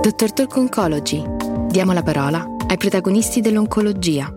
Dottor Talk Oncology. Diamo la parola ai protagonisti dell'oncologia.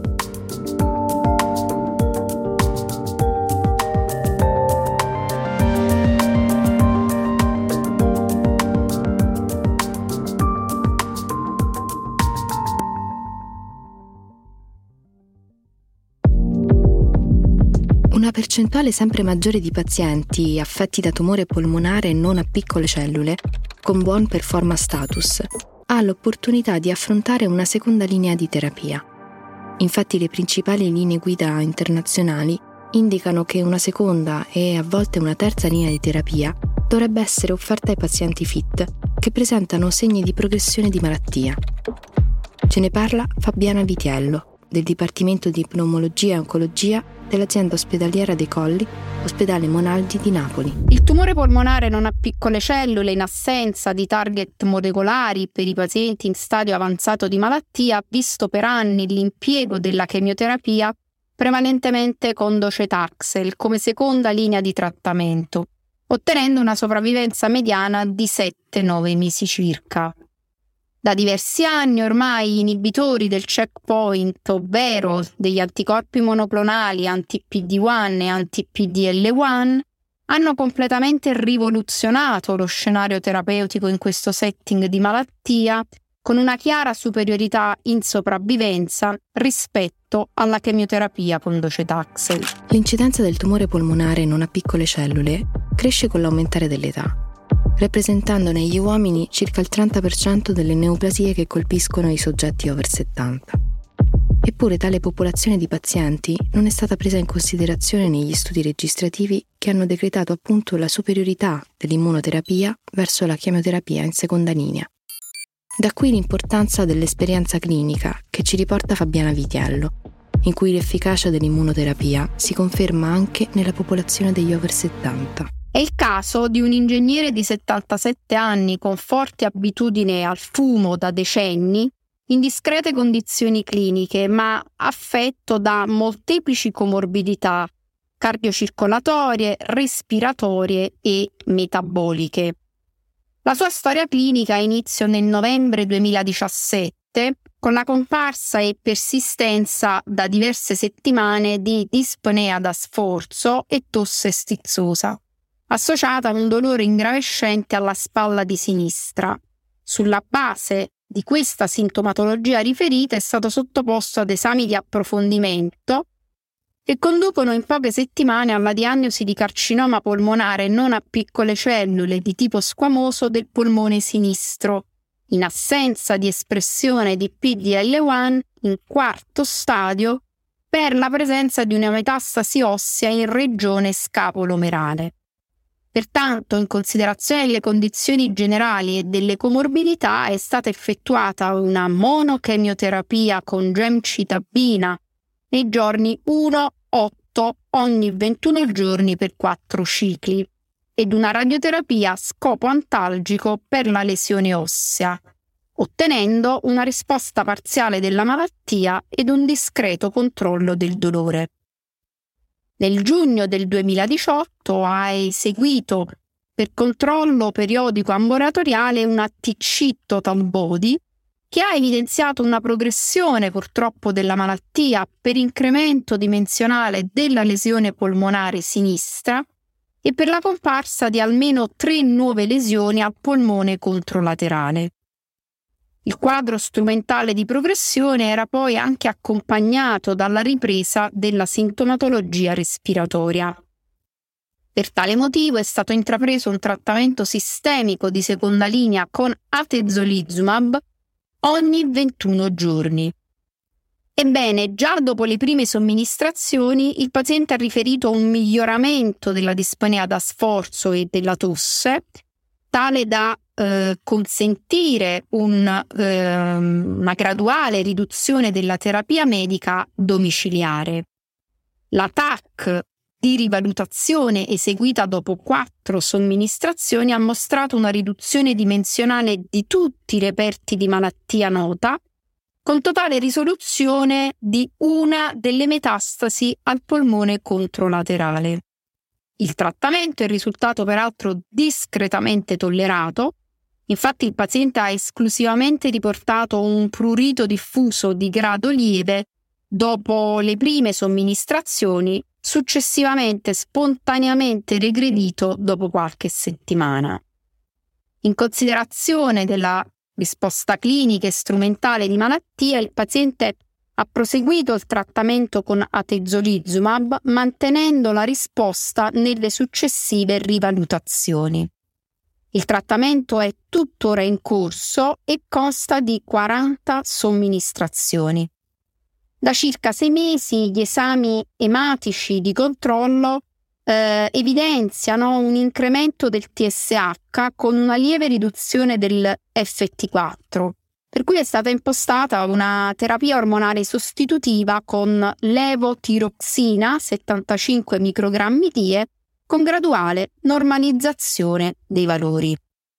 Una percentuale sempre maggiore di pazienti affetti da tumore polmonare non a piccole cellule, con buon performance status, ha l'opportunità di affrontare una seconda linea di terapia. Infatti le principali linee guida internazionali indicano che una seconda e a volte una terza linea di terapia dovrebbe essere offerta ai pazienti FIT che presentano segni di progressione di malattia. Ce ne parla Fabiana Vitiello, del Dipartimento di Pneumologia e Oncologia dell'azienda ospedaliera dei Colli, Ospedale Monaldi di Napoli. Il tumore polmonare non ha piccole cellule in assenza di target molecolari per i pazienti in stadio avanzato di malattia ha visto per anni l'impiego della chemioterapia prevalentemente con docetaxel come seconda linea di trattamento, ottenendo una sopravvivenza mediana di 7-9 mesi circa. Da diversi anni ormai gli inibitori del checkpoint, ovvero degli anticorpi monoclonali anti-PD-1 e anti-PD-L1, hanno completamente rivoluzionato lo scenario terapeutico in questo setting di malattia, con una chiara superiorità in sopravvivenza rispetto alla chemioterapia con docetaxel. L'incidenza del tumore polmonare non a piccole cellule cresce con l'aumentare dell'età, rappresentando negli uomini circa il 30% delle neoplasie che colpiscono i soggetti over 70. Eppure tale popolazione di pazienti non è stata presa in considerazione negli studi registrativi che hanno decretato appunto la superiorità dell'immunoterapia verso la chemioterapia in seconda linea. Da qui l'importanza dell'esperienza clinica che ci riporta Fabiana Vitiello, in cui l'efficacia dell'immunoterapia si conferma anche nella popolazione degli over 70. È il caso di un ingegnere di 77 anni con forte abitudine al fumo da decenni, in discrete condizioni cliniche, ma affetto da molteplici comorbidità cardiocircolatorie, respiratorie e metaboliche. La sua storia clinica iniziò nel novembre 2017 con la comparsa e persistenza da diverse settimane di dispnea da sforzo e tosse stizzosa, associata a un dolore ingravescente alla spalla di sinistra. Sulla base di questa sintomatologia riferita è stato sottoposto ad esami di approfondimento che conducono in poche settimane alla diagnosi di carcinoma polmonare non a piccole cellule di tipo squamoso del polmone sinistro, in assenza di espressione di PD-L1 in quarto stadio per la presenza di una metastasi ossea in regione scapolo-merale. Pertanto, in considerazione delle condizioni generali e delle comorbidità, è stata effettuata una monochemioterapia con gemcitabina nei giorni 1-8 ogni 21 giorni per 4 cicli ed una radioterapia a scopo antalgico per la lesione ossea, ottenendo una risposta parziale della malattia ed un discreto controllo del dolore. Nel giugno del 2018 ha eseguito per controllo periodico ambulatoriale una TC Total Body che ha evidenziato una progressione purtroppo della malattia per incremento dimensionale della lesione polmonare sinistra e per la comparsa di almeno 3 nuove lesioni al polmone controlaterale. Il quadro strumentale di progressione era poi anche accompagnato dalla ripresa della sintomatologia respiratoria. Per tale motivo è stato intrapreso un trattamento sistemico di seconda linea con atezolizumab ogni 21 giorni. Ebbene, già dopo le prime somministrazioni, il paziente ha riferito un miglioramento della dispnea da sforzo e della tosse, tale da consentire una graduale riduzione della terapia medica domiciliare. La TAC di rivalutazione eseguita dopo 4 somministrazioni ha mostrato una riduzione dimensionale di tutti i reperti di malattia nota, con totale risoluzione di una delle metastasi al polmone controlaterale. Il trattamento è risultato peraltro discretamente tollerato, Infatti il paziente ha esclusivamente riportato un prurito diffuso di grado lieve dopo le prime somministrazioni, successivamente spontaneamente regredito dopo qualche settimana. In considerazione della risposta clinica e strumentale di malattia, il paziente ha proseguito il trattamento con atezolizumab, mantenendo la risposta nelle successive rivalutazioni. Il trattamento è tuttora in corso e consta di 40 somministrazioni. Da circa 6 mesi gli esami ematici di controllo evidenziano un incremento del TSH con una lieve riduzione del FT4, per cui è stata impostata una terapia ormonale sostitutiva con levotiroxina 75 microgrammi die con graduale normalizzazione dei valori.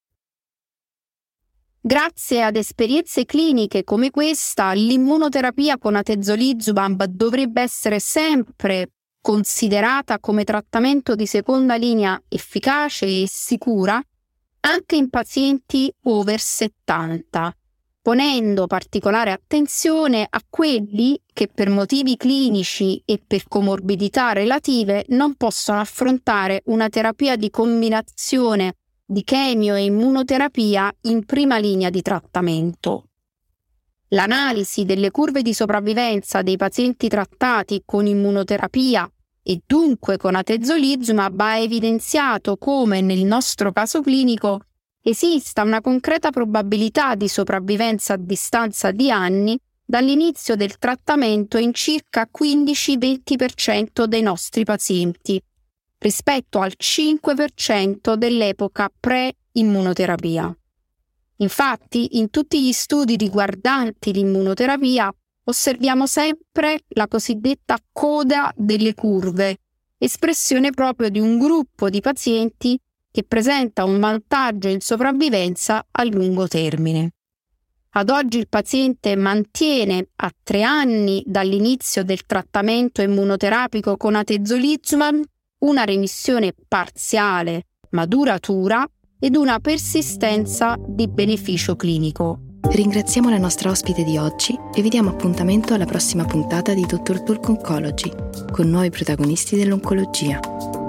Grazie ad esperienze cliniche come questa, l'immunoterapia con atezolizumab dovrebbe essere sempre considerata come trattamento di seconda linea efficace e sicura anche in pazienti over 70, ponendo particolare attenzione a quelli che per motivi clinici e per comorbidità relative non possono affrontare una terapia di combinazione di chemio e immunoterapia in prima linea di trattamento. L'analisi delle curve di sopravvivenza dei pazienti trattati con immunoterapia e dunque con atezolizumab ha evidenziato come nel nostro caso clinico esista una concreta probabilità di sopravvivenza a distanza di anni dall'inizio del trattamento in circa 15-20% dei nostri pazienti, rispetto al 5% dell'epoca pre-immunoterapia. Infatti, in tutti gli studi riguardanti l'immunoterapia osserviamo sempre la cosiddetta coda delle curve, espressione proprio di un gruppo di pazienti che presenta un vantaggio in sopravvivenza a lungo termine. Ad oggi il paziente mantiene a 3 anni dall'inizio del trattamento immunoterapico con atezolizumab una remissione parziale ma duratura ed una persistenza di beneficio clinico. Ringraziamo la nostra ospite di oggi e vi diamo appuntamento alla prossima puntata di Dr. Talk Oncology con nuovi protagonisti dell'oncologia.